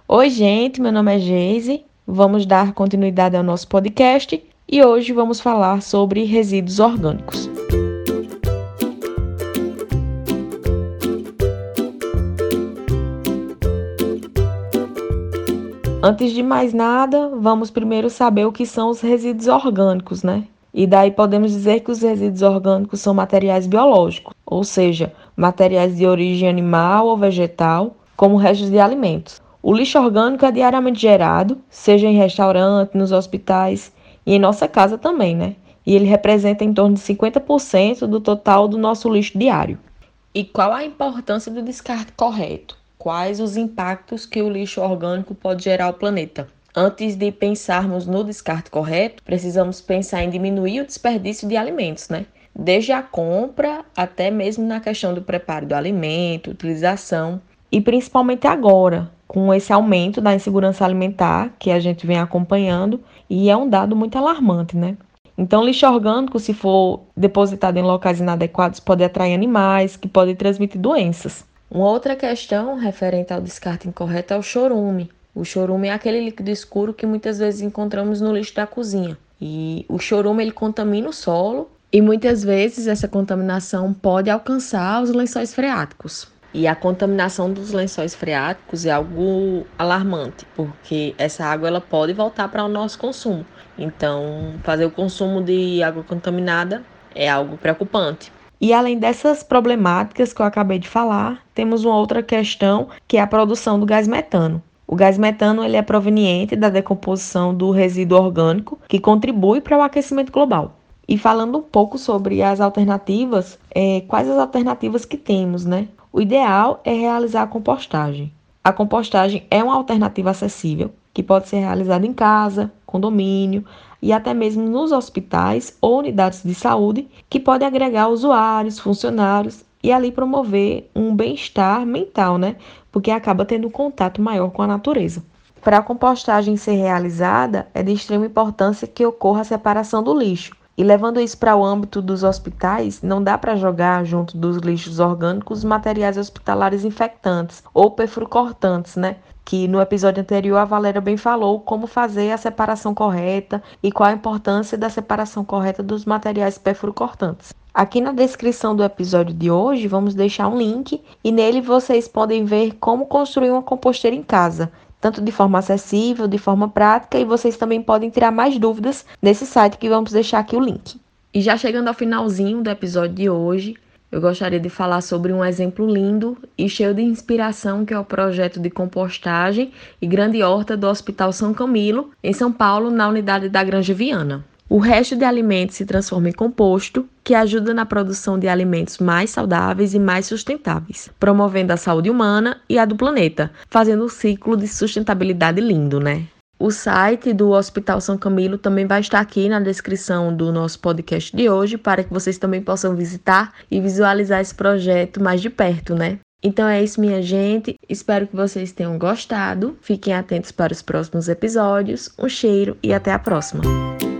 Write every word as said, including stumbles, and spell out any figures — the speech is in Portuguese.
Oi, gente, meu nome é Geise. Vamos dar continuidade ao nosso podcast e hoje vamos falar sobre resíduos orgânicos. Antes de mais nada, vamos primeiro saber o que são os resíduos orgânicos, né? E daí podemos dizer que os resíduos orgânicos são materiais biológicos, ou seja, materiais de origem animal ou vegetal, como restos de alimentos. O lixo orgânico é diariamente gerado, seja em restaurante, nos hospitais e em nossa casa também, né? E ele representa em torno de cinquenta por cento do total do nosso lixo diário. E qual a importância do descarte correto? Quais os impactos que o lixo orgânico pode gerar ao planeta? Antes de pensarmos no descarte correto, precisamos pensar em diminuir o desperdício de alimentos, né? Desde a compra até mesmo na questão do preparo do alimento, utilização e principalmente agora, com esse aumento da insegurança alimentar que a gente vem acompanhando e é um dado muito alarmante, né? Então, lixo orgânico, se for depositado em locais inadequados, pode atrair animais que podem transmitir doenças. Uma outra questão referente ao descarte incorreto é o chorume. O chorume é aquele líquido escuro que muitas vezes encontramos no lixo da cozinha. E o chorume ele contamina o solo e muitas vezes essa contaminação pode alcançar os lençóis freáticos. E a contaminação dos lençóis freáticos é algo alarmante, porque essa água ela pode voltar para o nosso consumo. Então, fazer o consumo de água contaminada é algo preocupante. E além dessas problemáticas que eu acabei de falar, temos uma outra questão que é a produção do gás metano. O gás metano ele é proveniente da decomposição do resíduo orgânico que contribui para o aquecimento global. E falando um pouco sobre as alternativas, é, quais as alternativas que temos, né? O ideal é realizar a compostagem. A compostagem é uma alternativa acessível que pode ser realizada em casa, condomínio e até mesmo nos hospitais ou unidades de saúde, que pode agregar usuários, funcionários e ali promover um bem-estar mental, né? Porque acaba tendo um contato maior com a natureza. Para a compostagem ser realizada, é de extrema importância que ocorra a separação do lixo. E levando isso para o âmbito dos hospitais, não dá para jogar junto dos lixos orgânicos materiais hospitalares infectantes ou perfluorocortantes, né? Que no episódio anterior a Valéria bem falou como fazer a separação correta e qual a importância da separação correta dos materiais perfluorocortantes. Aqui na descrição do episódio de hoje vamos deixar um link e nele vocês podem ver como construir uma composteira em casa, tanto de forma acessível, de forma prática, e vocês também podem tirar mais dúvidas nesse site que vamos deixar aqui o link. E já chegando ao finalzinho do episódio de hoje, eu gostaria de falar sobre um exemplo lindo e cheio de inspiração que é o projeto de compostagem e grande horta do Hospital São Camilo, em São Paulo, na unidade da Granja Viana. O resto de alimentos se transforma em composto, que ajuda na produção de alimentos mais saudáveis e mais sustentáveis, promovendo a saúde humana e a do planeta, fazendo um ciclo de sustentabilidade lindo, né? O site do Hospital São Camilo também vai estar aqui na descrição do nosso podcast de hoje, para que vocês também possam visitar e visualizar esse projeto mais de perto, né? Então é isso, minha gente. Espero que vocês tenham gostado. Fiquem atentos para os próximos episódios. Um cheiro e até a próxima!